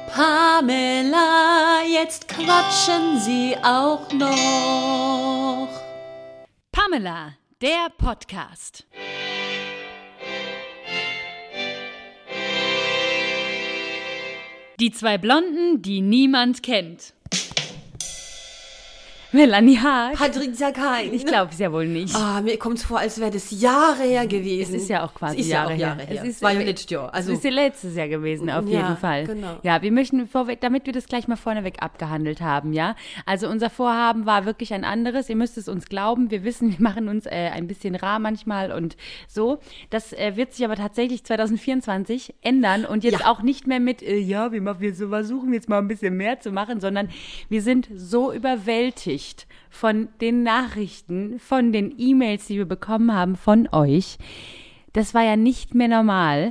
Pamela, jetzt quatschen Sie auch noch. Pamela, der Podcast. Die zwei Blonden, die niemand kennt. Melanie Haag. Patricia Kein. Ich glaube es ja wohl nicht. Mir kommt es vor, als wäre das Jahre her gewesen. Es ist ja auch quasi es ist Jahre ja auch her. Jahre her. Es war ja letztes Jahr. Also, es ist ja letztes Jahr gewesen, auf jeden Fall. Genau. Ja, wir möchten vorweg, damit wir das gleich mal vorneweg abgehandelt haben, ja. Also unser Vorhaben war wirklich ein anderes. Ihr müsst es uns glauben. Wir wissen, wir machen uns ein bisschen rar manchmal und so. Das wird sich aber tatsächlich 2024 ändern und jetzt auch nicht mehr mit, wir versuchen jetzt mal ein bisschen mehr zu machen, sondern wir sind so überwältigt von den Nachrichten, von den E-Mails, die wir bekommen haben von euch. Das war ja nicht mehr normal.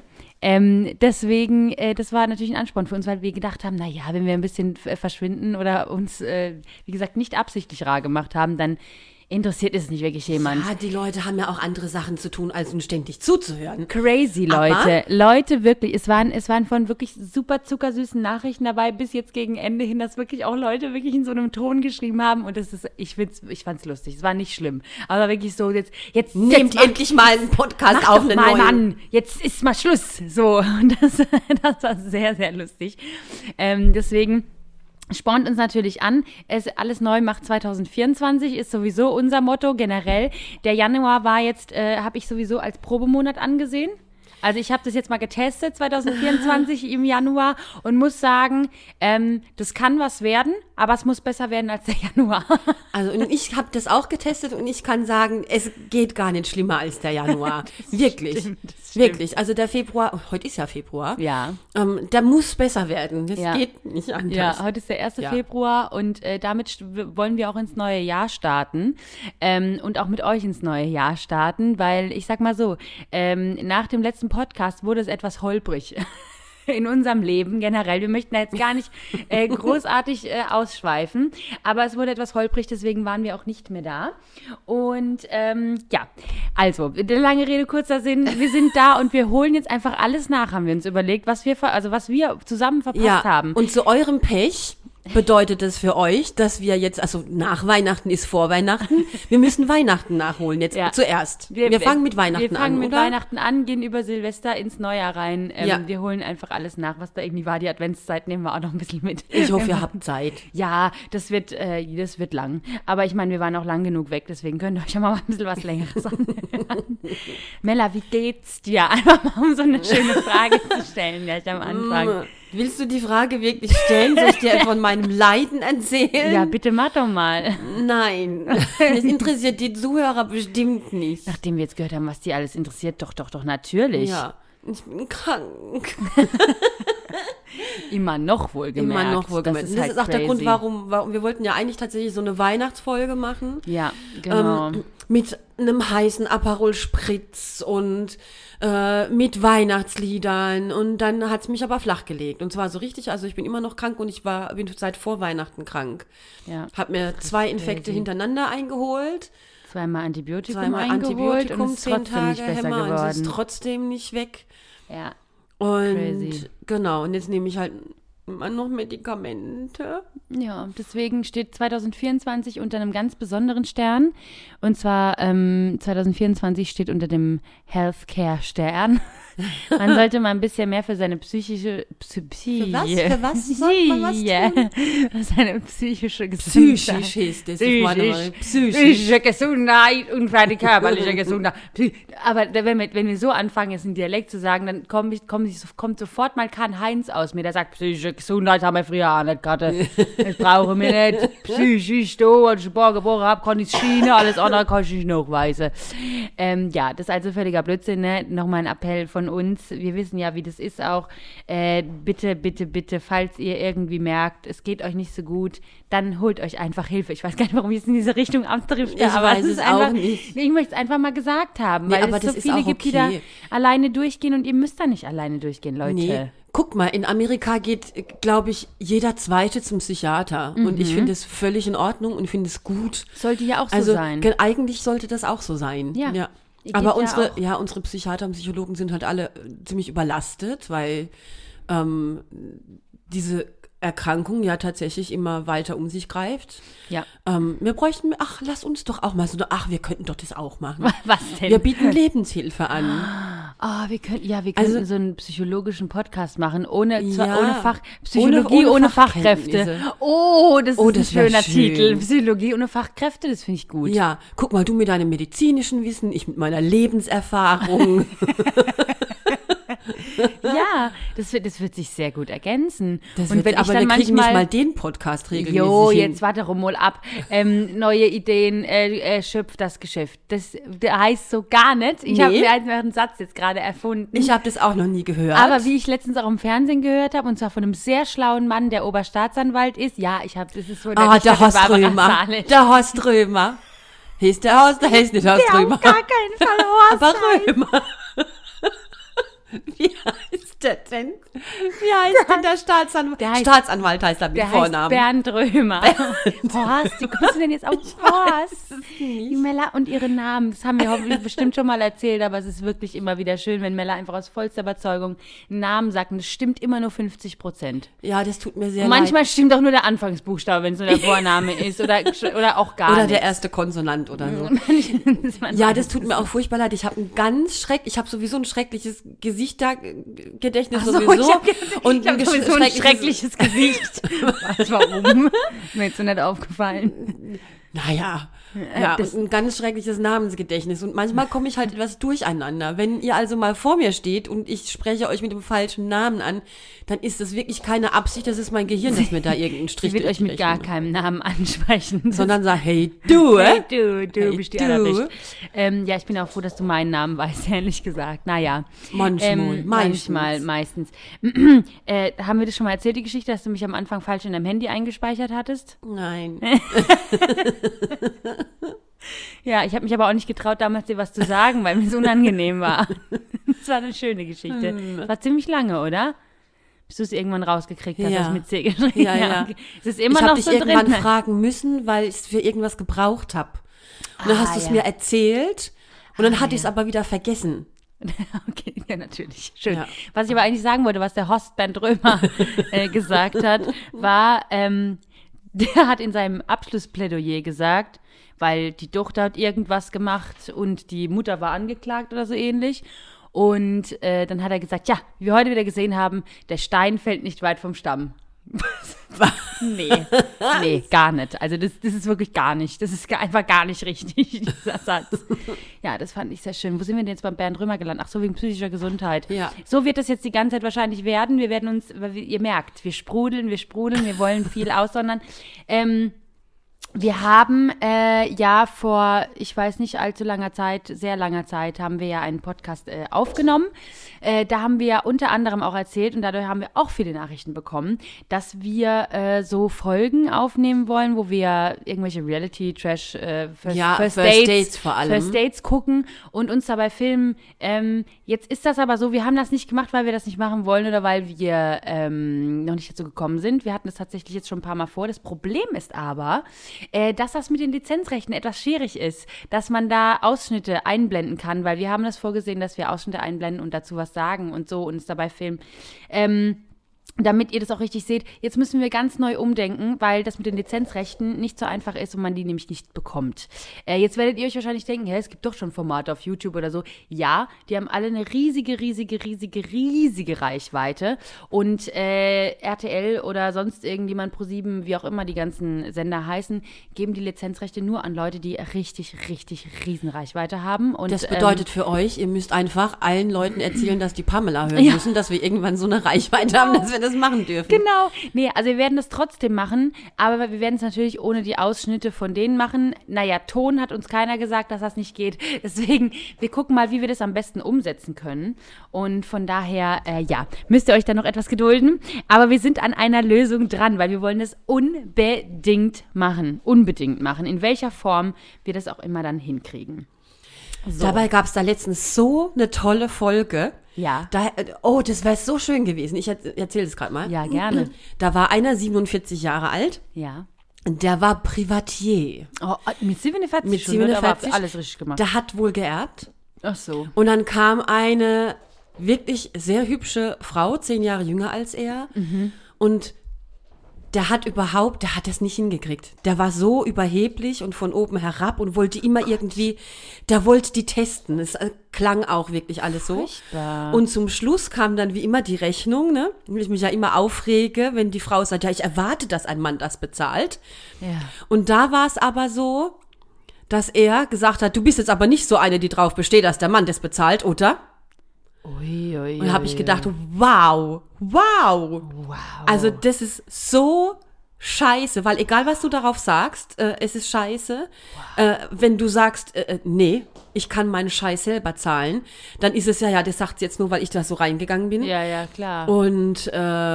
Deswegen, das war natürlich ein Ansporn für uns, weil wir gedacht haben, naja, wenn wir ein bisschen verschwinden oder uns, wie gesagt, nicht absichtlich rar gemacht haben, dann interessiert es nicht wirklich jemand. Ja, die Leute haben ja auch andere Sachen zu tun, als uns ständig zuzuhören. Crazy, Leute. Leute, wirklich. Es waren von wirklich super zuckersüßen Nachrichten dabei, bis jetzt gegen Ende hin, dass wirklich auch Leute wirklich in so einem Ton geschrieben haben. Und das ist, ich fand's lustig. Es war nicht schlimm. Aber wirklich so, jetzt nehmt endlich mal einen Podcast auf, einen neuen. Mann, jetzt ist mal Schluss. So. Und das war sehr, sehr lustig. Deswegen spornt uns natürlich an. Alles neu macht 2024, ist sowieso unser Motto generell. Der Januar war jetzt, habe ich sowieso als Probemonat angesehen. Also ich habe das jetzt mal getestet, 2024 im Januar und muss sagen, das kann was werden, aber es muss besser werden als der Januar. Also und ich habe das auch getestet und ich kann sagen, es geht gar nicht schlimmer als der Januar. Wirklich, stimmt. Wirklich. Also der Februar, heute ist ja Februar, ja. Der muss besser werden. Das geht nicht anders. Ja, heute ist der 1. Februar und damit wollen wir auch ins neue Jahr starten und auch mit euch ins neue Jahr starten, weil ich sag mal so, nach dem letzten Podcast wurde es etwas holprig in unserem Leben generell. Wir möchten da jetzt gar nicht großartig ausschweifen, aber es wurde etwas holprig, deswegen waren wir auch nicht mehr da. Und also, lange Rede, kurzer Sinn, wir sind da und wir holen jetzt einfach alles nach, haben wir uns überlegt, was wir zusammen verpasst haben. Und zu eurem Pech bedeutet das für euch, dass wir jetzt, also nach Weihnachten ist vor Weihnachten, wir müssen Weihnachten nachholen jetzt zuerst. Wir fangen mit Weihnachten an, Wir fangen mit oder? Weihnachten an, gehen über Silvester ins Neujahr rein. Wir holen einfach alles nach, was da irgendwie war. Die Adventszeit nehmen wir auch noch ein bisschen mit. Ich hoffe, ihr habt Zeit. Ja, das wird lang. Aber ich meine, wir waren auch lang genug weg, deswegen könnt ihr euch ja mal ein bisschen was Längeres anhören. Mella, wie geht's dir? Einfach mal, um so eine schöne Frage zu stellen, gleich am Anfang. Willst du die Frage wirklich stellen? Soll ich dir von meinem Leiden erzählen? Ja, bitte mach doch mal. Nein, das interessiert die Zuhörer bestimmt nicht. Nachdem wir jetzt gehört haben, was die alles interessiert, doch, natürlich. Ja, ich bin krank. Immer noch wohlgemerkt. Das ist halt auch der crazy. Grund, warum wir wollten ja eigentlich tatsächlich so eine Weihnachtsfolge machen. Ja, genau. Mit einem heißen Aperol Spritz und mit Weihnachtsliedern. Und dann hat es mich aber flach gelegt. Und zwar so richtig, also ich bin immer noch krank und bin seit vor Weihnachten krank. Ja. Hab mir 2 Infekte hintereinander eingeholt. Zweimal Antibiotikum eingeholt und es ist 10 trotzdem nicht Tage besser Hämmer und es ist geworden. trotzdem nicht weg. Ja, Und crazy. genau, und jetzt nehme ich halt immer noch Medikamente. Ja, deswegen steht 2024 unter einem ganz besonderen Stern. Und zwar 2024 steht unter dem Healthcare-Stern. Man sollte mal ein bisschen mehr für seine psychische Für was? Psyche. Soll man was tun? Für seine psychische Gesundheit. Psychisch ist das. Psychische Gesundheit und für die körperliche Gesundheit. Aber wenn wir so anfangen, jetzt einen Dialekt zu sagen, dann kommt sofort mal Karl-Heinz aus mir, der sagt, psychische Gesundheit haben wir früher auch nicht gehabt. Das brauchen wir nicht. Psychisch, da, als ich geboren habe, kann ich Schiene, alles andere kann ich nicht nachweisen. Das ist also völliger Blödsinn, ne? Nochmal ein Appell von uns. Wir wissen ja, wie das ist auch. Bitte, bitte, bitte, falls ihr irgendwie merkt, es geht euch nicht so gut, dann holt euch einfach Hilfe. Ich weiß gar nicht, warum ich es in diese Richtung abdrifte, aber weiß es ist es einfach, auch nicht. ich möchte es einfach mal gesagt haben, Nee, weil aber es so das ist viele auch gibt, die da okay. alleine durchgehen und ihr müsst da nicht alleine durchgehen, Leute. Nee. Guck mal, in Amerika geht, glaube ich, jeder Zweite zum Psychiater. Und ich finde es völlig in Ordnung und finde es gut. Sollte ja auch so Also sein. eigentlich sollte das auch so sein. Ja. Geht Aber ja unsere Psychiater und Psychologen sind halt alle ziemlich überlastet, weil diese Erkrankung ja tatsächlich immer weiter um sich greift. Ja. Wir bräuchten, lass uns doch auch mal so, wir könnten doch das auch machen. Was denn? Wir bieten Lebenshilfe an. Wir könnten Also- so einen psychologischen Podcast machen, ohne Ja, Psychologie ohne Fachkenntnisse. Fachkräfte. Oh, das ist ein das wär schöner schön. Titel. Psychologie ohne Fachkräfte, das finde ich gut. Ja, guck mal, du mit deinem medizinischen Wissen, ich mit meiner Lebenserfahrung. Ja, das wird sich sehr gut ergänzen. Aber wir kriegen nicht mal den Podcast regelmäßig hin. Jetzt warte mal ab. Neue Ideen schöpft das Geschäft. Das heißt so gar nicht. Ich habe mir einen Satz jetzt gerade erfunden. Ich habe das auch noch nie gehört. Aber wie ich letztens auch im Fernsehen gehört habe, und zwar von einem sehr schlauen Mann, der Oberstaatsanwalt ist. Ja, das ist so der Horst Römer. Der Horst Römer. Heißt der Horst, der heißt nicht Horst Der Römer. auf gar keinen Fall Horst Aber heißt. Römer. Wie heißt der denn? Wie heißt denn der Staatsanwalt? Der heißt- Staatsanwalt heißt er mit Der heißt Vornamen. Bernd Römer. Horst, wie kommst du denn jetzt auf Horst? Die Mella und ihre Namen, das haben wir hoffentlich bestimmt schon mal erzählt, aber es ist wirklich immer wieder schön, wenn Mella einfach aus vollster Überzeugung einen Namen sagt und es stimmt immer nur 50%. Ja, das tut mir sehr Und leid. manchmal stimmt auch nur der Anfangsbuchstabe, wenn es nur der Vorname ist oder auch gar Oder nicht. der erste Konsonant oder so. Man Ja, weiß das es tut mir auch furchtbar leid. Ich habe ich habe sowieso ein schreckliches Gedächtnis Ach so, sowieso. Ich hab sowieso ein schreckliches Gesicht. Was, warum? Mir jetzt so nicht aufgefallen. Naja, ja, und ein ganz schreckliches Namensgedächtnis. Und manchmal komme ich halt etwas durcheinander. Wenn ihr also mal vor mir steht und ich spreche euch mit dem falschen Namen an, dann ist das wirklich keine Absicht, das ist mein Gehirn, das mir da irgendeinen Strich Ich will euch mit gar durchrechnet. keinem Namen ansprechen. Sondern sag, hey du, Hey, du Hey, bist die du. Allerricht. Ja, ich bin auch froh, dass du meinen Namen weißt, ehrlich gesagt. Naja. Manchmal. Meistens. Haben wir das schon mal erzählt, die Geschichte, dass du mich am Anfang falsch in deinem Handy eingespeichert hattest? Nein. Ja, ich habe mich aber auch nicht getraut, damals dir was zu sagen, weil mir es unangenehm war. Das war eine schöne Geschichte. Das war ziemlich lange, oder? Bis du es irgendwann rausgekriegt hast, Ja. dass ich mit C geschrieben Ja, ja. Okay. Es ist immer Ich noch habe dich so irgendwann drin. fragen müssen, weil ich es für irgendwas gebraucht habe. Und dann hast du es ja. mir erzählt und dann hatte ich es aber wieder vergessen. Okay, ja, natürlich. Schön. Ja. Was ich aber eigentlich sagen wollte, was der Horst Bernd Römer gesagt hat, war, der hat in seinem Abschlussplädoyer gesagt, weil die Tochter hat irgendwas gemacht und die Mutter war angeklagt oder so ähnlich. Und dann hat er gesagt, ja, wie wir heute wieder gesehen haben, der Stein fällt nicht weit vom Stamm. Nee, gar nicht. Also das ist wirklich gar nicht. Das ist einfach gar nicht richtig, dieser Satz. Ja, das fand ich sehr schön. Wo sind wir denn jetzt beim Bernd Römer gelandet? Ach so, wegen psychischer Gesundheit. Ja. So wird das jetzt die ganze Zeit wahrscheinlich werden. Wir werden uns, weil ihr merkt, wir sprudeln, wir wollen viel aussondern. Wir haben ja vor, ich weiß nicht, allzu langer Zeit, sehr langer Zeit, haben wir ja einen Podcast aufgenommen. Da haben wir ja unter anderem auch erzählt, und dadurch haben wir auch viele Nachrichten bekommen, dass wir so Folgen aufnehmen wollen, wo wir irgendwelche Reality-Trash, First Dates vor allem. First Dates gucken und uns dabei filmen. Jetzt ist das aber so, wir haben das nicht gemacht, weil wir das nicht machen wollen oder weil wir noch nicht dazu gekommen sind. Wir hatten das tatsächlich jetzt schon ein paar Mal vor. Das Problem ist aber, dass das mit den Lizenzrechten etwas schwierig ist, dass man da Ausschnitte einblenden kann, weil wir haben das vorgesehen, dass wir Ausschnitte einblenden und dazu was sagen und so und es dabei filmen. Damit ihr das auch richtig seht, jetzt müssen wir ganz neu umdenken, weil das mit den Lizenzrechten nicht so einfach ist und man die nämlich nicht bekommt. Jetzt werdet ihr euch wahrscheinlich denken, es gibt doch schon Formate auf YouTube oder so. Ja, die haben alle eine riesige Reichweite und RTL oder sonst irgendjemand, Pro7, wie auch immer die ganzen Sender heißen, geben die Lizenzrechte nur an Leute, die richtig riesen Reichweite haben. Und, Das bedeutet für euch, ihr müsst einfach allen Leuten erzählen, dass die Pamela hören Ja. müssen, dass wir irgendwann so eine Reichweite haben, dass wir das machen dürfen. Genau. Nee, also wir werden das trotzdem machen, aber wir werden es natürlich ohne die Ausschnitte von denen machen. Naja, Ton hat uns keiner gesagt, dass das nicht geht. Deswegen, wir gucken mal, wie wir das am besten umsetzen können. Und von daher, müsst ihr euch da noch etwas gedulden. Aber wir sind an einer Lösung dran, weil wir wollen das unbedingt machen. In welcher Form wir das auch immer dann hinkriegen. So. Dabei gab es da letztens so eine tolle Folge. Ja. Das wäre so schön gewesen. Ich erzähle das gerade mal. Ja, gerne. Da war einer 47 Jahre alt. Ja. Der war Privatier. Oh, mit 47 Mit schon, oder? 47. Aber alles richtig gemacht. Der hat wohl geerbt. Ach so. Und dann kam eine wirklich sehr hübsche Frau, 10 Jahre jünger als er. Und der hat das nicht hingekriegt. Der war so überheblich und von oben herab und wollte immer irgendwie, der wollte die testen. Es klang auch wirklich alles so. Furchtbar. Und zum Schluss kam dann wie immer die Rechnung, ne? Weil ich mich ja immer aufrege, wenn die Frau sagt, ja, ich erwarte, dass ein Mann das bezahlt. Ja. Und da war es aber so, dass er gesagt hat, du bist jetzt aber nicht so eine, die drauf besteht, dass der Mann das bezahlt, oder? Ui, ui, Und da habe ich gedacht, wow. Also das ist so scheiße, weil egal, was du darauf sagst, es ist scheiße. Wenn du sagst, nee, ich kann meinen Scheiß selber zahlen, dann ist es ja, das sagt sie jetzt nur, weil ich da so reingegangen bin. Ja, klar. Und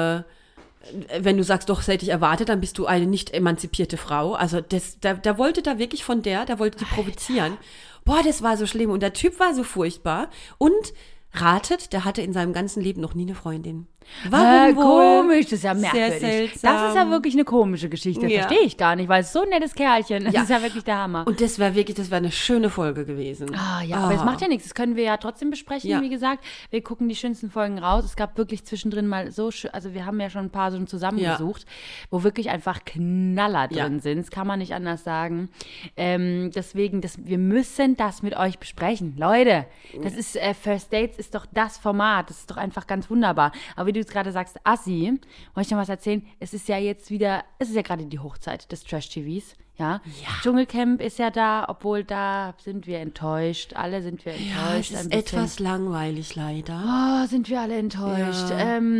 wenn du sagst, doch, das hätte ich erwartet, dann bist du eine nicht emanzipierte Frau. Also der wollte da wirklich der wollte die provozieren. Boah, das war so schlimm. Und der Typ war so furchtbar. Und ratet, der hatte in seinem ganzen Leben noch nie eine Freundin. Warum wohl? Komisch, das ist ja merkwürdig. Sehr seltsam. Das ist ja wirklich eine komische Geschichte, Ja. verstehe ich gar nicht, weil es so ein nettes Kerlchen, das Ja. ist ja wirklich der Hammer. Und das wäre eine schöne Folge gewesen. Aber das macht ja nichts, das können wir ja trotzdem besprechen, Ja. wie gesagt. Wir gucken die schönsten Folgen raus. Es gab wirklich zwischendrin mal so schön, also wir haben ja schon ein paar so zusammengesucht, wo wirklich einfach Knaller drin sind. Das kann man nicht anders sagen. Deswegen, wir müssen das mit euch besprechen. Leute, das ist, First Dates ist doch das Format. Das ist doch einfach ganz wunderbar. Aber wie du jetzt gerade sagst, Assi, wollte ich noch was erzählen? Es ist ja gerade die Hochzeit des Trash-TVs. Ja. Dschungelcamp ist ja da, obwohl da sind wir enttäuscht. Alle sind wir enttäuscht. Ja, es ist etwas langweilig leider. Oh, sind wir alle enttäuscht.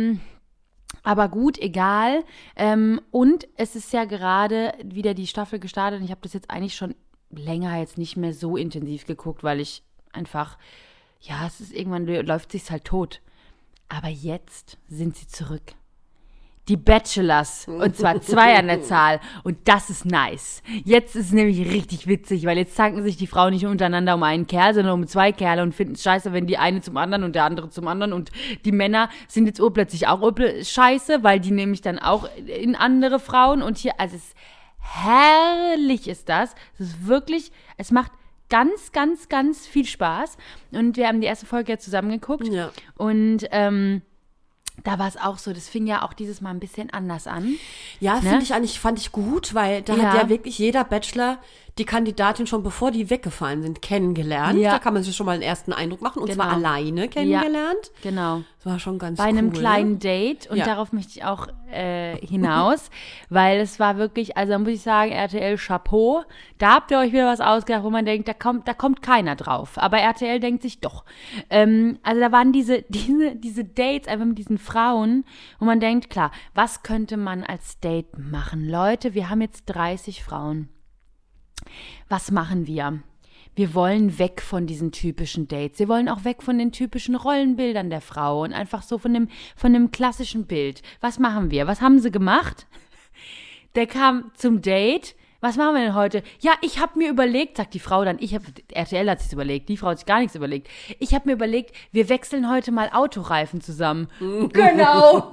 Aber gut, egal. Und es ist ja gerade wieder die Staffel gestartet und ich habe das jetzt eigentlich schon länger jetzt nicht mehr so intensiv geguckt, weil ich einfach, es ist irgendwann läuft sich's halt tot. Aber jetzt sind sie zurück. Die Bachelors, und zwar 2 an der Zahl. Und das ist nice. Jetzt ist es nämlich richtig witzig, weil jetzt zanken sich die Frauen nicht untereinander um einen Kerl, sondern um 2 Kerle und finden es scheiße, wenn die eine zum anderen und der andere zum anderen. Und die Männer sind jetzt urplötzlich auch scheiße, weil die nämlich dann auch in andere Frauen. Und hier, also es ist herrlich ist das. Es ist wirklich, es macht ganz, ganz, ganz viel Spaß. Und wir haben die erste Folge ja zusammen geguckt. Ja. Und da war es auch so, das fing ja auch dieses Mal ein bisschen anders an. Ja, Ne? fand ich gut, weil da Ja. hat ja wirklich jeder Bachelor die Kandidatin schon, bevor die weggefallen sind, kennengelernt. Ja. Da kann man sich schon mal einen ersten Eindruck machen. Und zwar Genau. alleine kennengelernt. Genau. Das war schon ganz Bei einem cool. kleinen Date und Ja. darauf möchte ich auch hinaus, weil es war wirklich, also da muss ich sagen, RTL Chapeau, da habt ihr euch wieder was ausgedacht, wo man denkt, da kommt keiner drauf, aber RTL denkt sich doch. Also da waren diese Dates einfach mit diesen Frauen, wo man denkt, klar, was könnte man als Date machen? Leute, wir haben jetzt 30 Frauen. Was machen wir? Wir wollen weg von diesen typischen Dates. Wir wollen auch weg von den typischen Rollenbildern der Frau und einfach so von dem klassischen Bild. Was machen wir? Was haben sie gemacht? Der kam zum Date. Was machen wir denn heute? Ja, ich habe mir überlegt, sagt die Frau dann, RTL hat sich's überlegt, die Frau hat sich gar nichts überlegt. Ich habe mir überlegt, wir wechseln heute mal Autoreifen zusammen. Genau,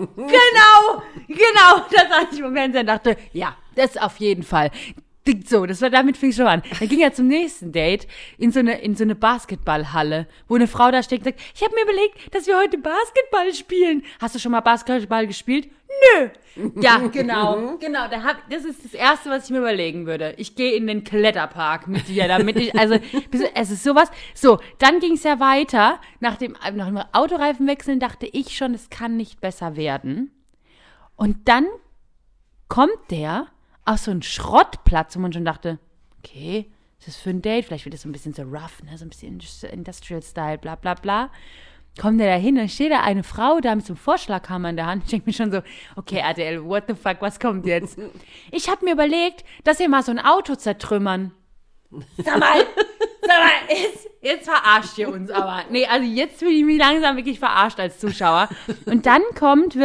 das hatte ich im Fernsehen und dachte, ja, das auf jeden Fall. So, damit fing es schon an. Dann ging er zum nächsten Date in so eine Basketballhalle, wo eine Frau da steht und sagt, ich habe mir überlegt, dass wir heute Basketball spielen. Hast du schon mal Basketball gespielt? Nö. Ja, genau. Das ist das Erste, was ich mir überlegen würde. Ich gehe in den Kletterpark mit dir, es ist sowas. So, dann ging es ja weiter. Nach dem Autoreifenwechseln dachte ich schon, es kann nicht besser werden. Und dann kommt der auf so einen Schrottplatz, wo man schon dachte, okay, ist das für ein Date? Vielleicht wird das so ein bisschen so rough, ne? So ein bisschen Industrial Style, bla bla bla. Kommt der da hin, dann steht da eine Frau da mit so einem Vorschlaghammer in der Hand. Ich denke mir schon so, okay, RTL, what the fuck, was kommt jetzt? Ich habe mir überlegt, dass wir mal so ein Auto zertrümmern. Sag mal, jetzt verarscht ihr uns aber. Nee, also jetzt fühle ich mich langsam wirklich verarscht als Zuschauer. Und dann kommt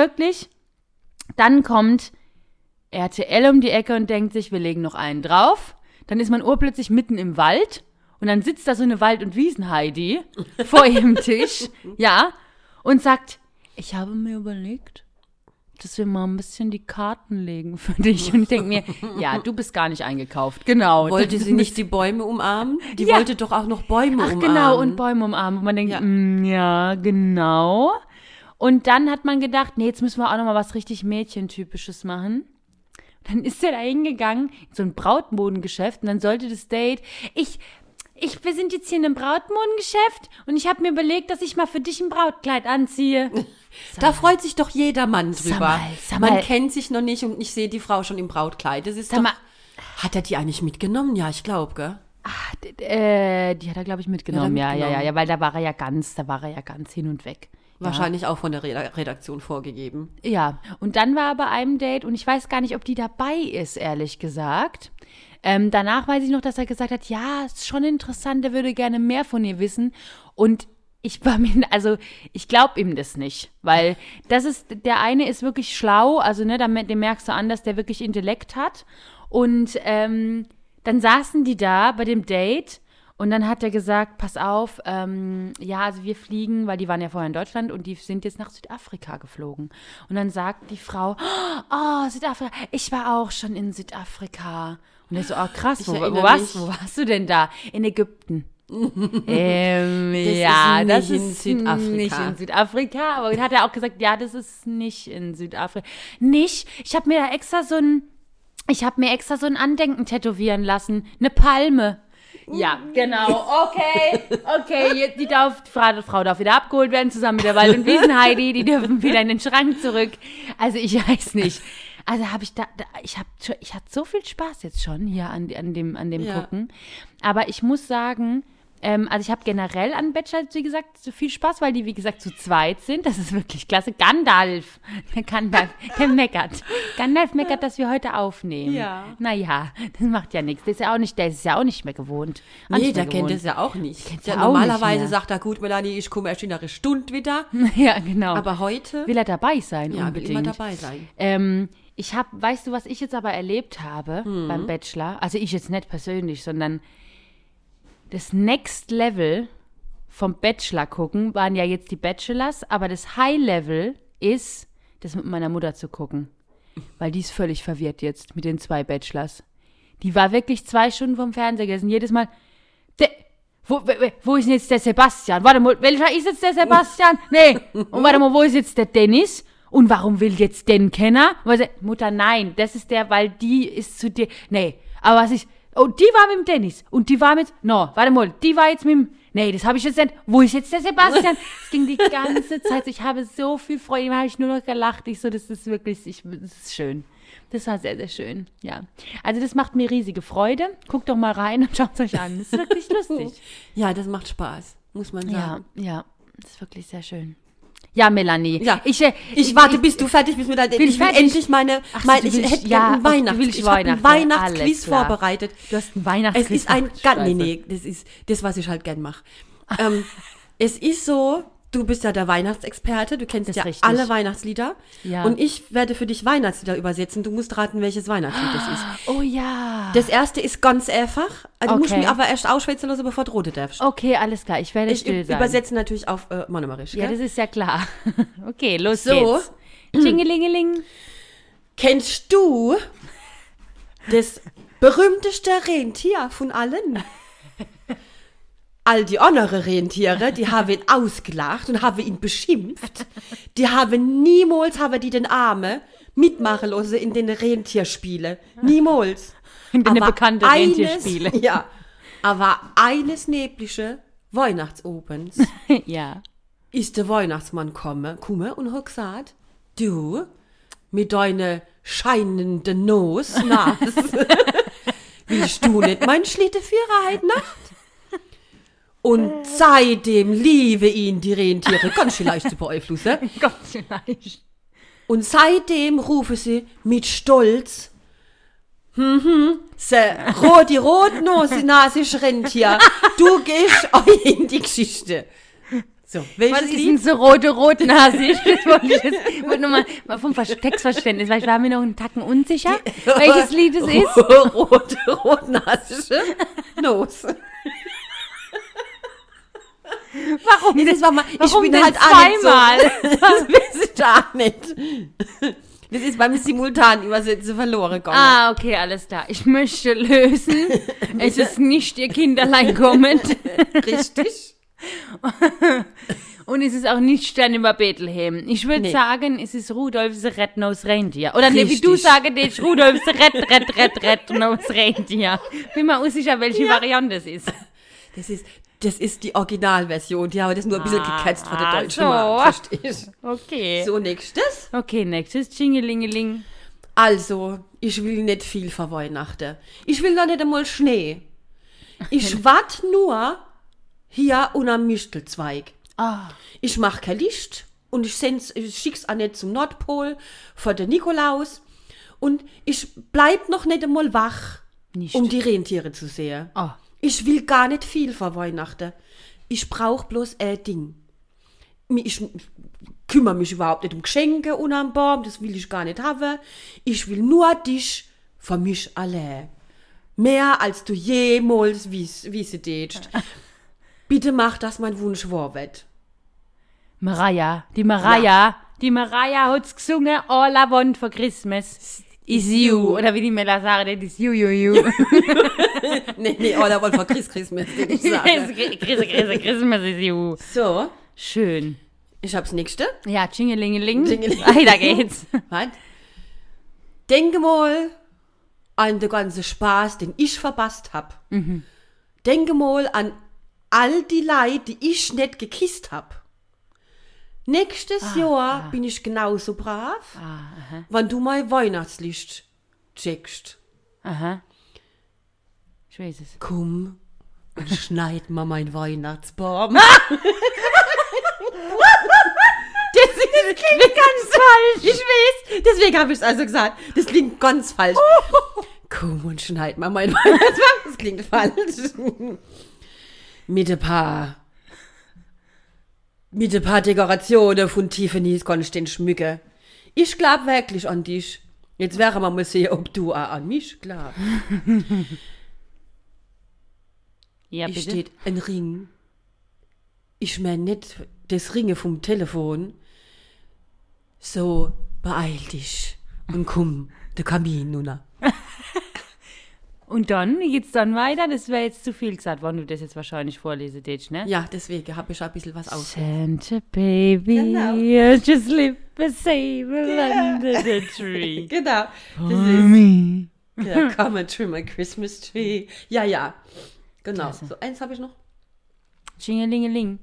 RTL um die Ecke und denkt sich, wir legen noch einen drauf. Dann ist man urplötzlich mitten im Wald und dann sitzt da so eine Wald- und Wiesen-Heidi vor ihrem Tisch, ja, und sagt, ich habe mir überlegt, dass wir mal ein bisschen die Karten legen für dich. Und ich denke mir, ja, du bist gar nicht eingekauft. Genau. Wollte sie nicht die Bäume umarmen? Die Ja. wollte doch auch noch Bäume umarmen. Genau, und Bäume umarmen. Und man denkt, Ja. ja, genau. Und dann hat man gedacht, nee, jetzt müssen wir auch nochmal was richtig Mädchentypisches machen. Dann ist er da hingegangen in so ein Brautmodengeschäft und dann sollte das Date, wir sind jetzt hier in einem Brautmodengeschäft und ich habe mir überlegt, dass ich mal für dich ein Brautkleid anziehe. Da freut sich doch jeder Mann drüber. Sag mal. Man kennt sich noch nicht und ich sehe die Frau schon im Brautkleid. Das ist doch, hat er die eigentlich mitgenommen? Ja, ich glaube, gell? Die hat er, glaube ich, mitgenommen. Ja, weil da war er ja ganz hin und weg. Wahrscheinlich auch von der Redaktion vorgegeben. Ja, und dann war er bei einem Date und ich weiß gar nicht, ob die dabei ist, ehrlich gesagt. Danach weiß ich noch, dass er gesagt hat, ja, ist schon interessant, er würde gerne mehr von ihr wissen. Und ich glaube ihm das nicht, weil der eine ist wirklich schlau, also ne, dem merkst du an, dass der wirklich Intellekt hat. Und dann saßen die da bei dem Date. Und dann hat er gesagt, pass auf, also wir fliegen, weil die waren ja vorher in Deutschland und die sind jetzt nach Südafrika geflogen. Und dann sagt die Frau, oh, Südafrika, ich war auch schon in Südafrika. Und er so, oh krass, wo warst du denn da? In Ägypten. Das ist nicht in Südafrika. Aber dann hat er auch gesagt, ja, das ist nicht in Südafrika. Nicht? Ich habe mir extra so ein Andenken tätowieren lassen. Eine Palme. Ja, genau. Okay. Die Frau darf wieder abgeholt werden, zusammen mit der Wald- und Wiesen-Heidi. Die dürfen wieder in den Schrank zurück. Also ich weiß nicht. Also ich hatte so viel Spaß jetzt schon hier an dem Gucken. Aber ich muss sagen, also ich habe generell an Bachelor, wie gesagt, so viel Spaß, weil die, wie gesagt, zu zweit sind. Das ist wirklich klasse. Gandalf, der meckert. Gandalf meckert, dass wir heute aufnehmen. Ja. Naja, das macht ja nichts. Der ist ja auch nicht mehr gewohnt. Nee, der kennt das ja auch nicht. Normalerweise sagt er, gut, Melanie, ich komme erst in einer Stunde wieder. Ja, genau. Aber heute will er dabei sein, ja, unbedingt. Will immer dabei sein. Weißt du, was ich jetzt aber erlebt habe beim Bachelor? Also ich jetzt nicht persönlich, sondern das Next Level vom Bachelor gucken waren ja jetzt die Bachelors, aber das High Level ist, das mit meiner Mutter zu gucken. Weil die ist völlig verwirrt jetzt mit den 2 Bachelors. Die war wirklich 2 Stunden vom Fernseher gesessen. Jedes Mal, wo ist denn jetzt der Sebastian? Warte mal, welcher ist jetzt der Sebastian? Nee. Und warte mal, wo ist jetzt der Dennis? Und warum will jetzt den Kenner? Mutter, nein, das ist der, weil die ist zu dir. Nee, aber was ist. Oh, die war mit dem Dennis. Und die war mit. Warte mal, die war jetzt mit dem. Nee, das habe ich jetzt nicht. Wo ist jetzt der Sebastian? Es ging die ganze Zeit. Ich habe so viel Freude. Immer habe ich nur noch gelacht. Das ist wirklich. Das ist schön. Das war sehr, sehr schön. Ja. Also, das macht mir riesige Freude. Guckt doch mal rein und schaut es euch an. Das ist wirklich lustig. Ja, das macht Spaß, muss man sagen. Ja. Das ist wirklich sehr schön. Ja, Melanie. Ja, ich warte, bis du fertig bist mit deinem. Ich will endlich ich hätte ein Weihnachtsquiz vorbereitet. Du hast ein Weihnachtsquiz. Das ist das, was ich halt gern mache. Es ist so, du bist ja der Weihnachtsexperte, du kennst ja richtig. Alle Weihnachtslieder. Ja. Und ich werde für dich Weihnachtslieder übersetzen. Du musst raten, welches Weihnachtslied das ist. Oh ja. Das erste ist ganz einfach. Du musst mich aber erst ausschwätzen lassen, bevor du rote darfst. Okay, alles klar. Ich werde still sein. Ich übersetze natürlich auf Monomerisch. Ja, das ist ja klar. Okay, los geht's. Tschingelingeling. Kennst du das berühmteste Rentier von allen? All die anderen Rentiere, die haben ihn ausgelacht und haben ihn beschimpft. Die haben niemals den Arme mitmachen lassen in den Rentierspielen. Niemals. In den bekannten Rentierspiele. Ja. Aber eines neblige Weihnachtsabends ja. ist der Weihnachtsmann gekommen und hat gesagt, du, mit deiner scheinenden Nase, willst du nicht mein Schlittenführer heute Nacht? Und seitdem liebe ihn die Rentiere ganz schön leicht zu beeinflussen. Ganz schön leicht. Und seitdem rufen sie mit Stolz, die rotnasige Rentier, du gehst euch in die Geschichte. So, welches Was ist Lied? denn so rotnasig? Das wollte ich jetzt nochmal vom Textverständnis, weil ich war mir noch einen Tacken unsicher, welches Lied es ist. Rotnasige Nose. Warum? Nee, das war mal, warum ich bin halt zweimal? Das weiß ich auch nicht. Das ist beim Simultanübersetzen verloren gegangen. Ah, okay, alles klar. Ich möchte lösen. Es ist nicht ihr Kinderlein kommend. Richtig. Und es ist auch nicht Stern über Bethlehem. Ich würde sagen, es ist Rudolfs Red-Nosed Reindeer. Oder nee, wie du sagen willst, Rudolfs Red-Nosed Reindeer. Bin mal unsicher, welche Variante es ist. Das ist die Originalversion. Die haben das nur ein bisschen geketzt von der deutschen so. Markt. Verstehst du? Okay. So, nächstes. Okay, nächstes. Tschingelingeling. Also, ich will nicht viel vor Weihnachten. Ich will noch nicht einmal Schnee. Ich warte nur hier unter dem Mistelzweig. Ich mache kein Licht und ich schick's auch nicht zum Nordpol vor der Nikolaus. Und ich bleib noch nicht einmal wach, um die Rentiere zu sehen. Ich will gar nicht viel vor Weihnachten. Ich brauche bloß ein Ding. Ich kümmere mich überhaupt nicht um Geschenke unterm Baum, das will ich gar nicht haben. Ich will nur dich für mich allein. Mehr als du jemals wissen tätst. Bitte mach, dass mein Wunsch wahr wird. Die Mariah hat's gesungen, All I Want for Christmas is you. Oder wie die Mella sagen, das ist you. nee, All I Want for Christmas, den ich sage. Christmas is you. So. Schön. Ich hab's nächste. Ja, Tschingelingeling. Weiter geht's. Was? Denke mal an den ganzen Spaß, den ich verpasst hab. Denke mal an all die Leute, die ich nicht gekisst hab. Nächstes Jahr bin ich genauso brav, wenn du mein Weihnachtslicht checkst. Aha. Ich weiß es. Komm und schneid mal mein Weihnachtsbaum. Das klingt ganz falsch. Ich weiß, deswegen habe ich es also gesagt. Das klingt ganz falsch. Komm und schneid mal mein Weihnachtsbaum. Das klingt falsch. Mit ein paar Dekorationen von Tiffany's kann ich den schmücken. Ich glaube wirklich an dich. Jetzt wäre mal sehen, ob du auch an mich glaubst. Ja, Hier bitte. steht ein Ring. Ich meine nicht das Ringe vom Telefon. So, beeil dich und komm, der Kamin nun. Und dann, wie geht's dann weiter? Das wäre jetzt zu viel gesagt, wenn du das jetzt wahrscheinlich vorlesen tätst, ne? Ja, deswegen habe ich ein bisschen was aus. Santa baby, Genau. just live a sable under the tree. Genau. For Das ist, me. ja, come and trim my Christmas tree. Ja. Genau. Klasse. So, eins habe ich noch. Tschingelingeling.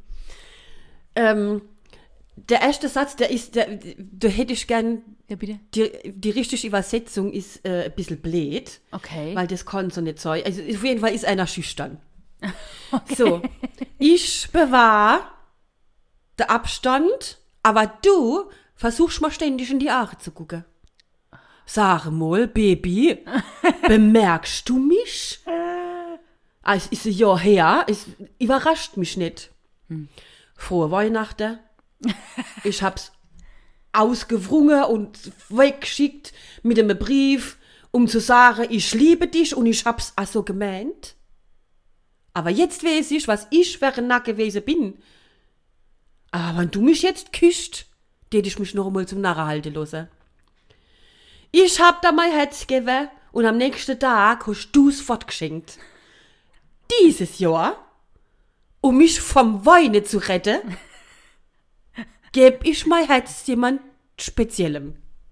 Der erste Satz, da hätte ich gern, Ja, bitte. die richtige Übersetzung ist ein bisschen blöd. Okay. Weil das kann so nicht sein. Also auf jeden Fall ist einer schüchtern. Okay. So, ich bewahre den Abstand, aber du versuchst mal ständig in die Augen zu gucken. Sag mal, Baby, bemerkst du mich? Es ist ein Jahr her, es überrascht mich nicht. Frohe Weihnachten. Ich hab's ausgewrungen und weggeschickt mit einem Brief, um zu sagen, ich liebe dich und ich hab's auch so gemeint. Aber jetzt weiß ich, was ich während nackt gewesen bin. Aber wenn du mich jetzt küsst, tät ich mich noch einmal zum Narren halten lassen. Ich hab da mein Herz gegeben und am nächsten Tag hast du's fortgeschenkt. Dieses Jahr, um mich vom Weinen zu retten, geb ich mein Herz jemand Speziellem.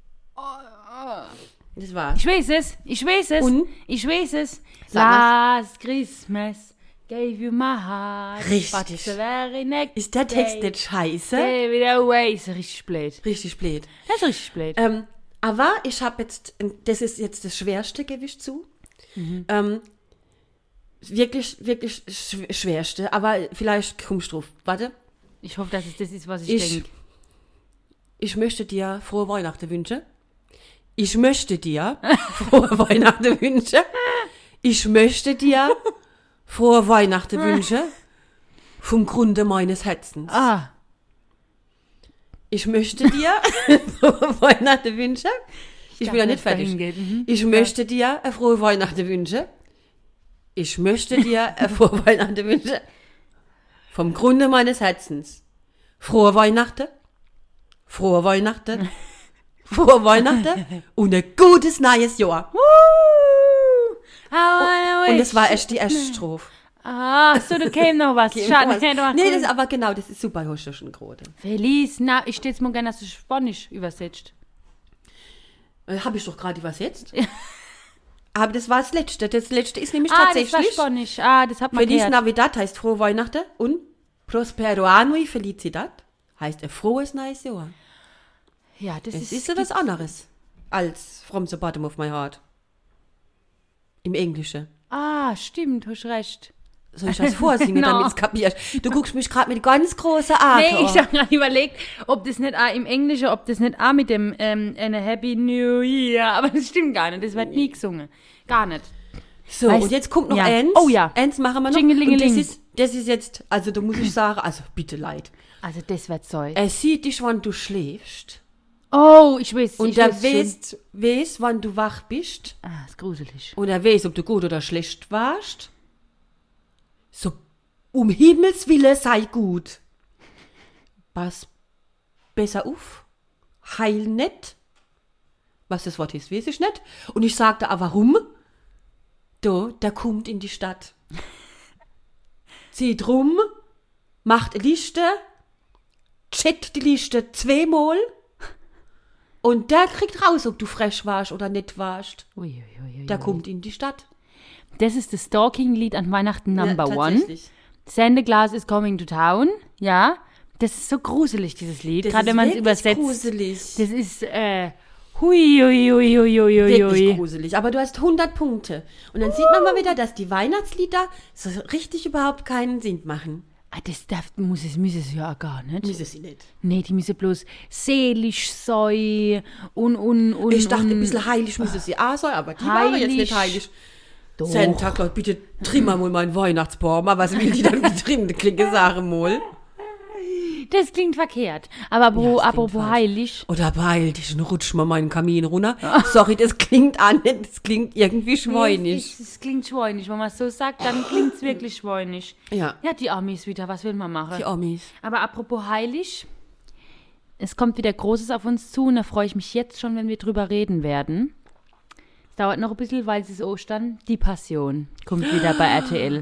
Das war's. Ich weiß es. Und? Ich weiß es. Sag Last Christmas gave you my heart. Richtig. But the very next Ist der Text day nicht scheiße? gave it away. Ist richtig blöd. Richtig blöd. Das ist richtig blöd. Aber ich habe jetzt, das ist jetzt das Schwerste, gebe ich zu. Wirklich Schwerste, aber vielleicht kommst du drauf. Warte. Ich hoffe, dass es das ist, was ich denke. Ich möchte dir frohe Weihnachten wünschen. Ich möchte dir frohe Weihnachten wünschen. Ich möchte dir frohe Weihnachten wünschen. Vom Grunde meines Herzens. Ich möchte dir frohe Weihnachten wünschen. Ich bin ja nicht fertig. Ich möchte dir eine frohe Weihnachten wünschen. Ich möchte dir eine frohe Weihnachten wünschen. Vom Grunde meines Herzens. Frohe Weihnachten. Frohe Weihnachten. Frohe Weihnachten. Und ein gutes neues Jahr. Und das war erst die erste Strophe. Ah, so, da käme noch was. Schade. Nee, das ist aber genau, das ist super huschischen Grote. Feliz, na, ich stelle es mir gerne, dass du Spanisch übersetzt. Habe ich doch gerade übersetzt. Aber das war das Letzte. Das Letzte ist nämlich tatsächlich. Das war Spanisch. Das hat man Feliz gehört. Navidad heißt frohe Weihnachten und Prospero Anno y Felicidad heißt ein frohes neues Jahr. Ja, das Es ist was anderes als From the Bottom of my heart. Im Englischen. Stimmt, hast recht. Soll ich das vorsingen, No. damit du es kapierst? Du guckst mich gerade mit ganz großen Augen Nee, ich an. habe gerade überlegt, ob das nicht auch im Englischen, ob das nicht auch mit dem eine Happy New Year, aber das stimmt gar nicht, das wird nie gesungen. Gar nicht. So, Weißt- und jetzt kommt noch ja. eins. Oh ja. Eins machen wir noch. Jingelingeling. Und das ist jetzt, also da muss ich sagen, also bitte leid. Also das wird Zeug. Er sieht dich, wann du schläfst. Oh, ich weiß. Und ich er weiß schon. weiß, wann du wach bist. Ist gruselig. Und er weiß, ob du gut oder schlecht warst. So, um Himmels Willen sei gut. Pass besser auf. Heil nicht. Was das Wort ist, weiß ich nicht. Und ich sagte, warum? Der kommt in die Stadt. Zieht rum, macht eine Liste, checkt die Liste 2-mal und der kriegt raus, ob du fresh warst oder nicht warst. Uiuiui. Der kommt in die Stadt. Das ist das Stalking-Lied an Weihnachten Number One. Tatsächlich. Santa Claus is coming to town. Ja, das ist so gruselig, dieses Lied. Das Gerade ist wenn man es wirklich übersetzt. gruselig. Das ist, hui. Wirklich gruselig. Aber du hast 100 Punkte. Und dann sieht man mal wieder, dass die Weihnachtslieder so richtig überhaupt keinen Sinn machen. Müssen sie ja auch gar nicht. Müssen sie nicht. Nee, die müssen bloß seelisch sein und. Ich dachte, ein bisschen heilig müssen sie auch sein, aber die waren jetzt nicht heilig. Doch. Santa Claus, bitte trimm mal meinen Weihnachtsbaum. Aber was will die dann trimmen? Klinge Sache mal. Das klingt verkehrt. Aber das apropos klingt falsch. heilig. Oder beeil dich und rutsch mal meinen Kamin runter. Sorry, das klingt an, das klingt irgendwie schweinig. Es klingt schweinig. Wenn man es so sagt, dann klingt es wirklich schweinig. Ja, Ja, die Amis wieder. Was will man machen? die Omis. Aber apropos heilig, es kommt wieder Großes auf uns zu und da freue ich mich jetzt schon, wenn wir drüber reden werden. Es dauert noch ein bisschen, weil es ist Ostern. Die Passion kommt wieder bei RTL.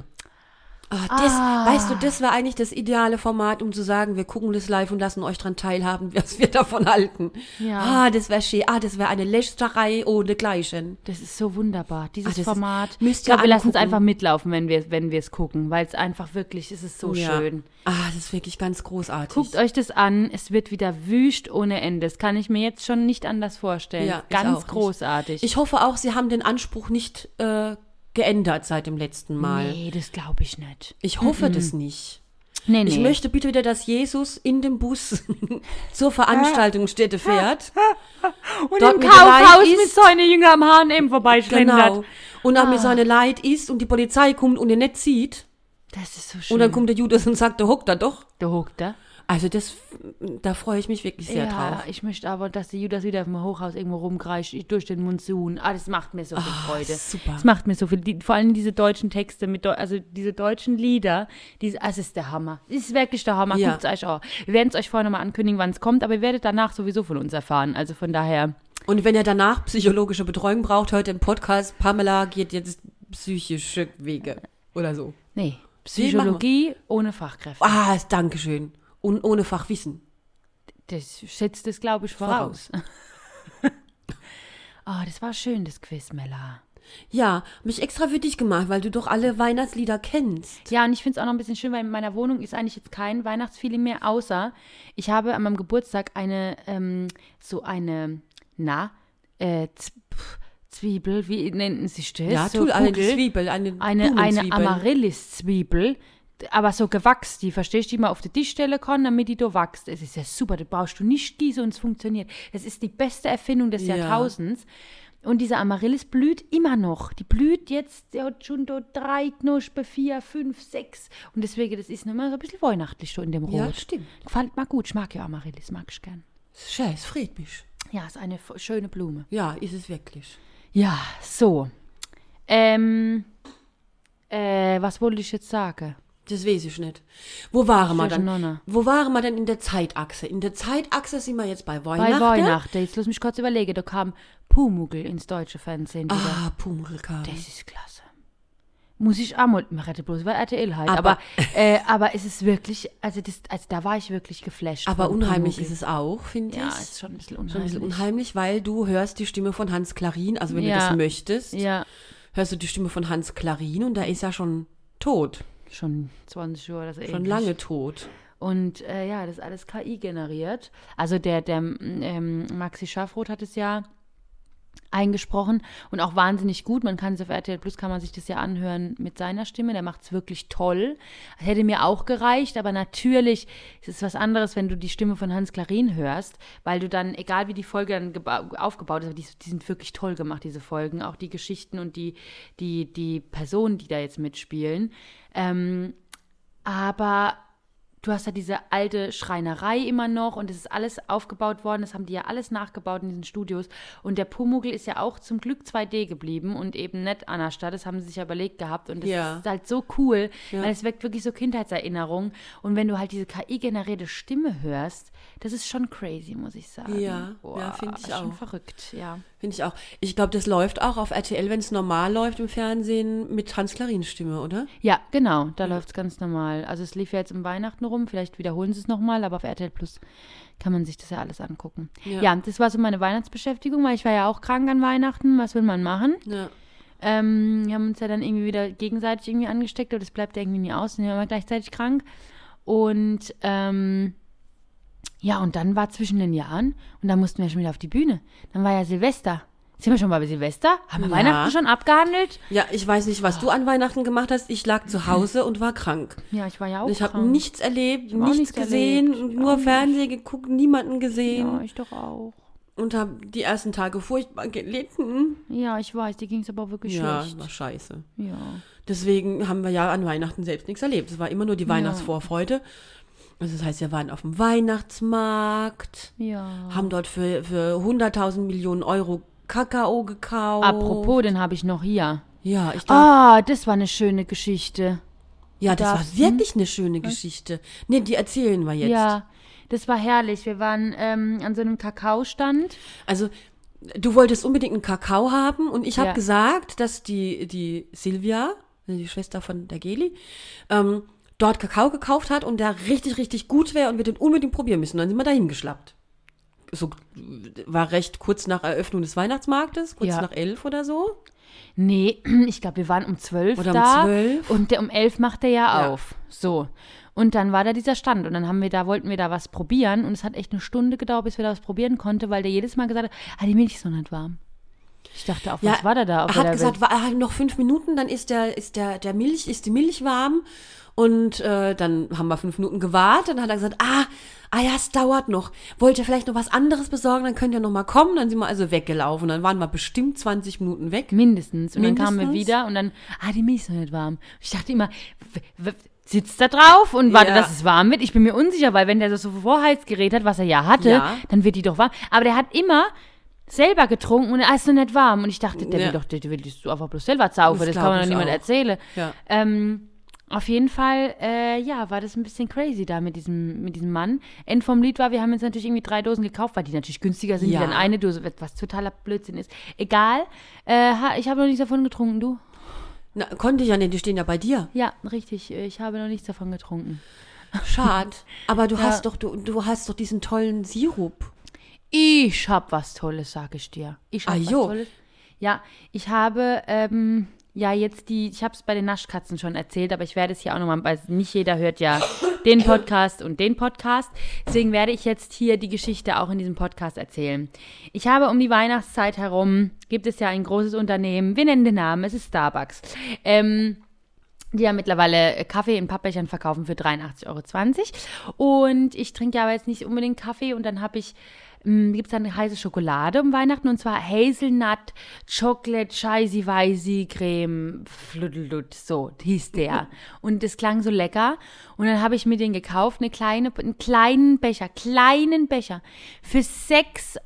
Weißt du, das war eigentlich das ideale Format, um zu sagen, wir gucken das live und lassen euch dran teilhaben, was wir davon halten. Ja. Das wäre schön. Das wäre eine Lästerei ohne Gleichen. Das ist so wunderbar, dieses das Format. müsst Ich glaube, ihr wir lassen es angucken. einfach mitlaufen, wenn wir es gucken, weil es einfach wirklich, es ist so schön. Das ist wirklich ganz großartig. Guckt euch das an, es wird wieder wüst ohne Ende. Das kann ich mir jetzt schon nicht anders vorstellen. Ja, ich auch Ganz nicht. großartig. Ich hoffe auch, sie haben den Anspruch nicht geändert seit dem letzten Mal. Nee, das glaube ich nicht. Ich hoffe das nicht. Nee. Ich möchte bitte wieder, dass Jesus in dem Bus zur Veranstaltungsstätte fährt. Und dort im mit der Kaufhaus Leid mit ist. seinen Jünger am H&M vorbeischlendert. Genau. Und auch mit seiner Leid ist und die Polizei kommt und ihn nicht sieht. Das ist so schön. Und dann kommt der Judas und sagt, der hockt da doch. der hockt da. Also da freue ich mich wirklich sehr drauf. Ich möchte aber, dass der Judas wieder auf dem Hochhaus irgendwo rumkreischt, durch den Monsun. Das macht mir so viel Freude. super. Das macht mir so viel. Vor allem diese deutschen Texte, also diese deutschen Lieder, es ist der Hammer. Es ist wirklich der Hammer. Ja. Guckt es euch auch. Wir werden es euch vorher nochmal ankündigen, wann es kommt, aber ihr werdet danach sowieso von uns erfahren. Also von daher. Und wenn ihr danach psychologische Betreuung braucht, hört den Podcast, Pamela geht jetzt psychische Wege oder so. Nee, Psychologie ohne Fachkräfte. Dankeschön. Und ohne Fachwissen. Das setzt es, glaube ich, voraus. Das war schön, das Quiz, Mella. Ja, mich extra für dich gemacht, weil du doch alle Weihnachtslieder kennst. Ja, und ich finde es auch noch ein bisschen schön, weil in meiner Wohnung ist eigentlich jetzt kein Weihnachtsfeeling mehr, außer ich habe an meinem Geburtstag eine Zwiebel, wie nennen sich das? Ja, so eine Kugel. Zwiebel, eine Eine Amaryllis-Zwiebel, aber so gewachst, die verstehst du, die man auf die Tischstelle kann, damit die da wächst. Es ist ja super, da brauchst du nicht gießen und es funktioniert. Das ist die beste Erfindung des Ja. Jahrtausends. Und diese Amaryllis blüht immer noch. Die blüht jetzt, der hat schon da 3 Knospen, 4, 5, 6. Und deswegen, das ist immer so ein bisschen weihnachtlich so in dem Rot. Ja, stimmt. Gefällt mir gut, ich mag ja Amaryllis, mag ich gern. Scheiß, freut mich. Ja, ist eine schöne Blume. Ja, ist es wirklich. Ja, so. Was wollte ich jetzt sagen? Das weiß ich nicht. Wo waren wir Durcheinander. dann? Wo waren wir denn in der Zeitachse? In der Zeitachse sind wir jetzt bei Weihnachten. Bei Weihnachten. Jetzt lass mich kurz überlegen. Da kam Pumuckl ins deutsche Fernsehen wieder. Pumuckl kam. Das ist klasse. Muss ich auch mal, man rette bloß, weil RTL halt. Aber es ist wirklich, also da war ich wirklich geflasht. Aber unheimlich ist es auch, finde ich. Ja, ist schon ein bisschen unheimlich. Schon ein bisschen unheimlich, weil du hörst die Stimme von Hans Klarin, also wenn du das möchtest, hörst du die Stimme von Hans Klarin und der ist ja schon tot. Schon 20 Jahre, das schon lange tot. Und das ist alles KI generiert. Also der Maxi Schafroth hat es ja eingesprochen und auch wahnsinnig gut. Man kann es auf RTL Plus, kann man sich das ja anhören mit seiner Stimme. Der macht es wirklich toll. Das hätte mir auch gereicht, aber natürlich ist es was anderes, wenn du die Stimme von Hans Klarin hörst, weil du dann, egal wie die Folge dann aufgebaut ist, aber die sind wirklich toll gemacht, diese Folgen. Auch die Geschichten und die Personen, die da jetzt mitspielen. Aber du hast ja diese alte Schreinerei immer noch und es ist alles aufgebaut worden, das haben die ja alles nachgebaut in diesen Studios und der Pumuckl ist ja auch zum Glück 2D geblieben und eben nicht Anna-Stadt, das haben sie sich ja überlegt gehabt und das ist halt so cool, weil es weckt wirklich so Kindheitserinnerungen und wenn du halt diese KI-generierte Stimme hörst, das ist schon crazy, muss ich sagen. Ja, finde ich auch. Schon verrückt, ja. Finde ich auch. Ich glaube, das läuft auch auf RTL, wenn es normal läuft im Fernsehen mit Hans Klarins Stimme, oder? Ja, genau, da läuft es ganz normal. Also es lief ja jetzt um Weihnachten rum, vielleicht wiederholen sie es nochmal, aber auf RTL Plus kann man sich das ja alles angucken. Ja, das war so meine Weihnachtsbeschäftigung, weil ich war ja auch krank an Weihnachten. Was will man machen? Ja. Wir haben uns ja dann irgendwie wieder gegenseitig irgendwie angesteckt, aber das bleibt ja irgendwie nie aus. Und wir waren gleichzeitig krank. Und und dann war zwischen den Jahren und dann mussten wir schon wieder auf die Bühne. Dann war ja Silvester. Sind wir schon mal bei Silvester? Haben wir Weihnachten schon abgehandelt? Ja, ich weiß nicht, was du an Weihnachten gemacht hast. Ich lag zu Hause und war krank. Ja, ich war ja auch krank. Ich habe nichts erlebt, nichts gesehen, nur Fernsehen geguckt, niemanden gesehen. Ja, ich doch auch. Und habe die ersten Tage furchtbar gelitten. Ja, ich weiß, dir ging es aber auch wirklich schlecht. Ja, war scheiße. Ja. Deswegen haben wir ja an Weihnachten selbst nichts erlebt. Es war immer nur die Weihnachtsvorfreude. Also das heißt, wir waren auf dem Weihnachtsmarkt, haben dort für 100.000 Millionen Euro Kakao gekauft. Apropos, den habe ich noch hier. Ja, ich dachte. Das war eine schöne Geschichte. Ja, das war wirklich eine schöne Geschichte. Nee, die erzählen wir jetzt. Ja, das war herrlich. Wir waren an so einem Kakaostand. Also, du wolltest unbedingt einen Kakao haben und ich habe gesagt, dass die Silvia, die Schwester von der Geli, dort Kakao gekauft hat und der richtig, richtig gut wäre und wir den unbedingt probieren müssen. Dann sind wir dahin geschlappt. So war recht kurz nach Eröffnung des Weihnachtsmarktes, kurz nach 11 oder so. Nee, ich glaube, wir waren um 12 oder da. Um 12. Und um 11 macht der ja auf. So. Und dann war da dieser Stand und dann wollten wir da was probieren und es hat echt eine Stunde gedauert, bis wir da was probieren konnten, weil der jedes Mal gesagt hat, die Milch ist noch nicht warm. Ich dachte, auf was war der da? Er hat gesagt, noch 5 Minuten, dann ist die Milch warm. Und dann haben wir 5 Minuten gewartet. Dann hat er gesagt, es dauert noch. Wollt ihr vielleicht noch was anderes besorgen? Dann könnt ihr noch mal kommen. Dann sind wir also weggelaufen. Dann waren wir bestimmt 20 Minuten weg. Mindestens. Und dann kamen wir wieder und dann, die Milch ist noch nicht warm. Ich dachte immer, sitzt da drauf und warte, dass es warm wird. Ich bin mir unsicher, weil wenn der so ein Vorheizgerät hat, was er ja hatte, dann wird die doch warm. Aber der hat immer selber getrunken und er ist noch nicht warm. Und ich dachte, der will das einfach bloß selber zaufen. Das kann man doch niemand erzählen. Ja. Auf jeden Fall, war das ein bisschen crazy da mit diesem Mann. End vom Lied war, wir haben jetzt natürlich irgendwie 3 Dosen gekauft, weil die natürlich günstiger sind, wie dann eine Dose, was totaler Blödsinn ist. Egal, ich habe noch nichts davon getrunken, du? Na, konnte ich ja nicht, die stehen ja bei dir. Ja, richtig, ich habe noch nichts davon getrunken. Schade, aber du hast doch diesen tollen Sirup. Ich habe was Tolles, sage ich dir. Ich habe was Tolles. Ja, ich habe, ich habe es bei den Naschkatzen schon erzählt, aber ich werde es hier auch nochmal, weil nicht jeder hört ja den Podcast und den Podcast. Deswegen werde ich jetzt hier die Geschichte auch in diesem Podcast erzählen. Ich habe um die Weihnachtszeit herum, gibt es ja ein großes Unternehmen, wir nennen den Namen, es ist Starbucks, die ja mittlerweile Kaffee in Pappbechern verkaufen für 83,20 €. Und ich trinke ja aber jetzt nicht unbedingt Kaffee und dann gibt es dann eine heiße Schokolade um Weihnachten und zwar Hazelnut Chocolate Scheisi Weisi Creme Fluddelut, so hieß der. Und das klang so lecker und dann habe ich mir den gekauft, einen kleinen Becher für 6,75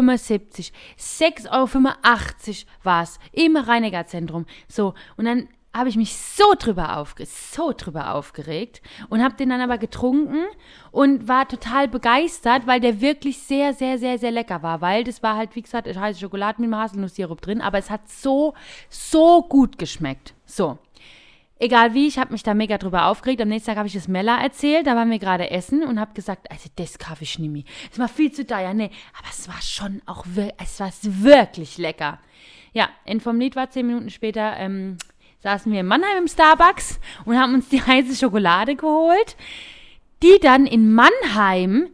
€. 6,85 € war es im Rhein-Neckar-Zentrum. So, und dann habe ich mich so drüber aufgeregt und habe den dann aber getrunken und war total begeistert, weil der wirklich sehr, sehr, sehr, sehr lecker war, weil das war halt, wie gesagt, heiße Schokolade mit dem Haselnusssirup drin, aber es hat so, so gut geschmeckt. So. Egal wie, ich habe mich da mega drüber aufgeregt. Am nächsten Tag habe ich das Mella erzählt, da waren wir gerade essen und habe gesagt, also das kaufe ich nicht mehr. Das war viel zu teuer, nee. Aber es war schon auch, es war wirklich lecker. Ja, End vom Lied war 10 Minuten später, saßen wir in Mannheim im Starbucks und haben uns die heiße Schokolade geholt, die dann in Mannheim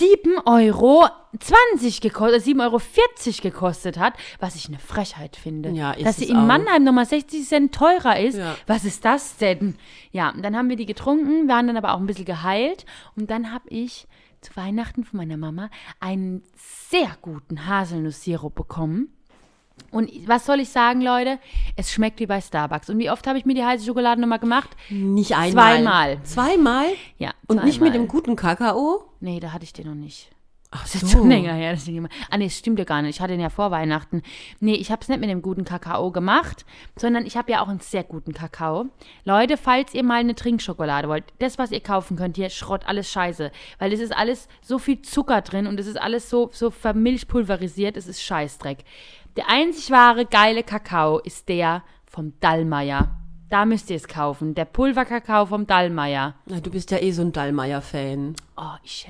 7,20 € gekostet, 7,40 € gekostet hat, was ich eine Frechheit finde. Ja, ist dass sie es in auch. Mannheim nochmal 60 Cent teurer ist. Ja. Was ist das denn? Ja, und dann haben wir die getrunken, waren dann aber auch ein bisschen geheilt. Und dann habe ich zu Weihnachten von meiner Mama einen sehr guten Haselnusssirup bekommen. Und was soll ich sagen, Leute? Es schmeckt wie bei Starbucks. Und wie oft habe ich mir die heiße Schokolade nochmal gemacht? Nicht einmal. Zweimal. Zweimal? Ja, Und nicht mit zweimal. dem guten Kakao? Nee, da hatte ich den noch nicht. Ach Das ist schon länger her. Das nee, das stimmt ja gar nicht. Ich hatte den ja vor Weihnachten. Nee, ich habe es nicht mit dem guten Kakao gemacht, sondern ich habe ja auch einen sehr guten Kakao. Leute, falls ihr mal eine Trinkschokolade wollt, das, was ihr kaufen könnt, hier Schrott, alles scheiße. Weil es ist alles so viel Zucker drin und es ist alles so vermilchpulverisiert, es ist Scheißdreck. Der einzig wahre geile Kakao ist der vom Dallmayr. Da müsst ihr es kaufen. Der Pulverkakao vom Dallmayr. Na, du bist ja eh so ein Dallmayr-Fan. Oh, ich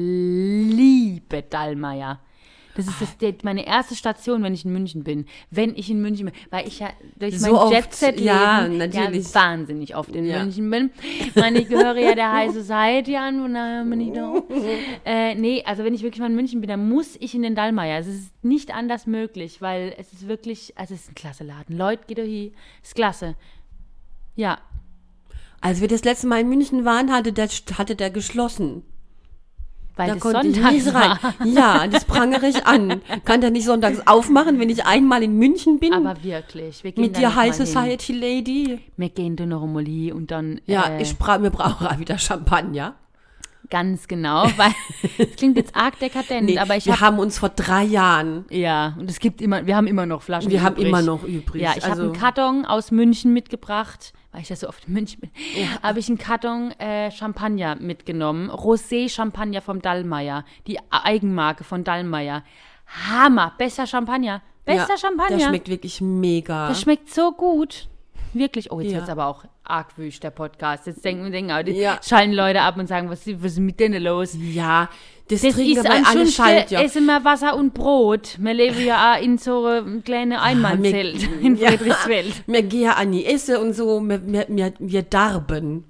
liebe Dallmayr. Das ist meine erste Station, wenn ich in München bin. Weil ich ja durch So mein oft, Jet-Set-Leben ja, natürlich. wahnsinnig oft in Ja. München bin. Ich meine, ich gehöre ja der High Society an, von daher bin ich da. Nee, also wenn ich wirklich mal in München bin, dann muss ich in den Dallmayr. Es ist nicht anders möglich, weil es ist wirklich, also es ist ein klasse Laden. Leute, geht doch hier, ist klasse. Ja, Als wir das letzte Mal in München waren, hatte der geschlossen. weil Da das konnte ich Sonntag nicht rein. war. Ja, das prangere ich an. Kann der nicht sonntags aufmachen, wenn ich einmal in München bin? Aber wirklich, wir gehen mit da dir noch mal High hin. Society Lady? Wir gehen da noch einmal hin und dann, Ja, wir brauchen auch wieder Champagner. ganz genau, weil es klingt jetzt arg dekadent, Nee, aber ich wir habe, haben uns vor 3 Jahren, ja, und wir haben immer noch Flaschen wir haben übrig. immer noch übrig. Ja, ich habe also, einen Karton aus München mitgebracht, weil ich ja so oft in München bin, habe ich einen Karton Champagner mitgenommen, Rosé-Champagner vom Dallmayr, die Eigenmarke von Dallmayr. Hammer, besser Champagner, ja, Champagner. Der schmeckt wirklich mega. Das schmeckt so gut. Wirklich. Oh, jetzt Ja. wird's aber auch arg wüst, der Podcast. Jetzt denken die Ja. schalten Leute ab und sagen, was ist mit denen los? Ja, das Das trinken ist wir alle ansonsten schalt, ja. essen wir Wasser und Brot. Wir leben ja auch in so einem kleinen Einmannzelt in Friedrichsfeld. Wir gehen ja an die Esse und so, wir darben.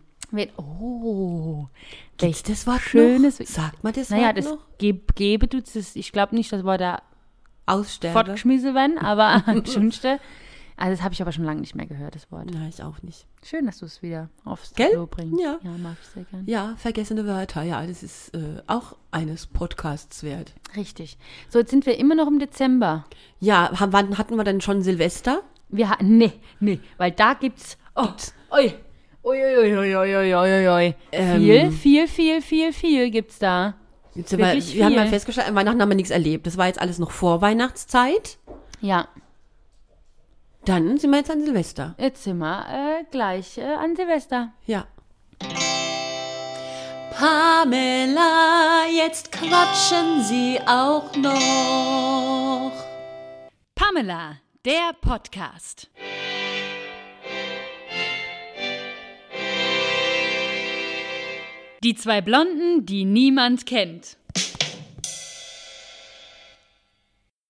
Oh, Gibt's das Wort schönes. noch? Sagt man das Naja, Wort das noch? gebe tut's das. Ich glaube nicht, dass wir da Aussterbe? fortgeschmissen werden, aber ansonsten. Also das habe ich aber schon lange nicht mehr gehört, das Wort. Nein, ich auch nicht. Schön, dass du es wieder aufs Gell? Tableau bringst. Ja. Ja, mag ich sehr gerne. Ja, vergessene Wörter, ja, das ist auch eines Podcasts wert. Richtig. So, jetzt sind wir immer noch im Dezember. Ja, wann hatten wir denn schon Silvester? Wir hatten, nee, weil da gibt's, viel gibt's da. Jetzt sind wir Wirklich haben ja viel. festgestellt, an Weihnachten haben wir nichts erlebt. Das war jetzt alles noch vor Weihnachtszeit. Ja, Dann sind wir jetzt an Silvester. jetzt sind wir gleich an Silvester. Ja. Pamela, jetzt quatschen Sie auch noch. Pamela, der Podcast. Die zwei Blonden, die niemand kennt.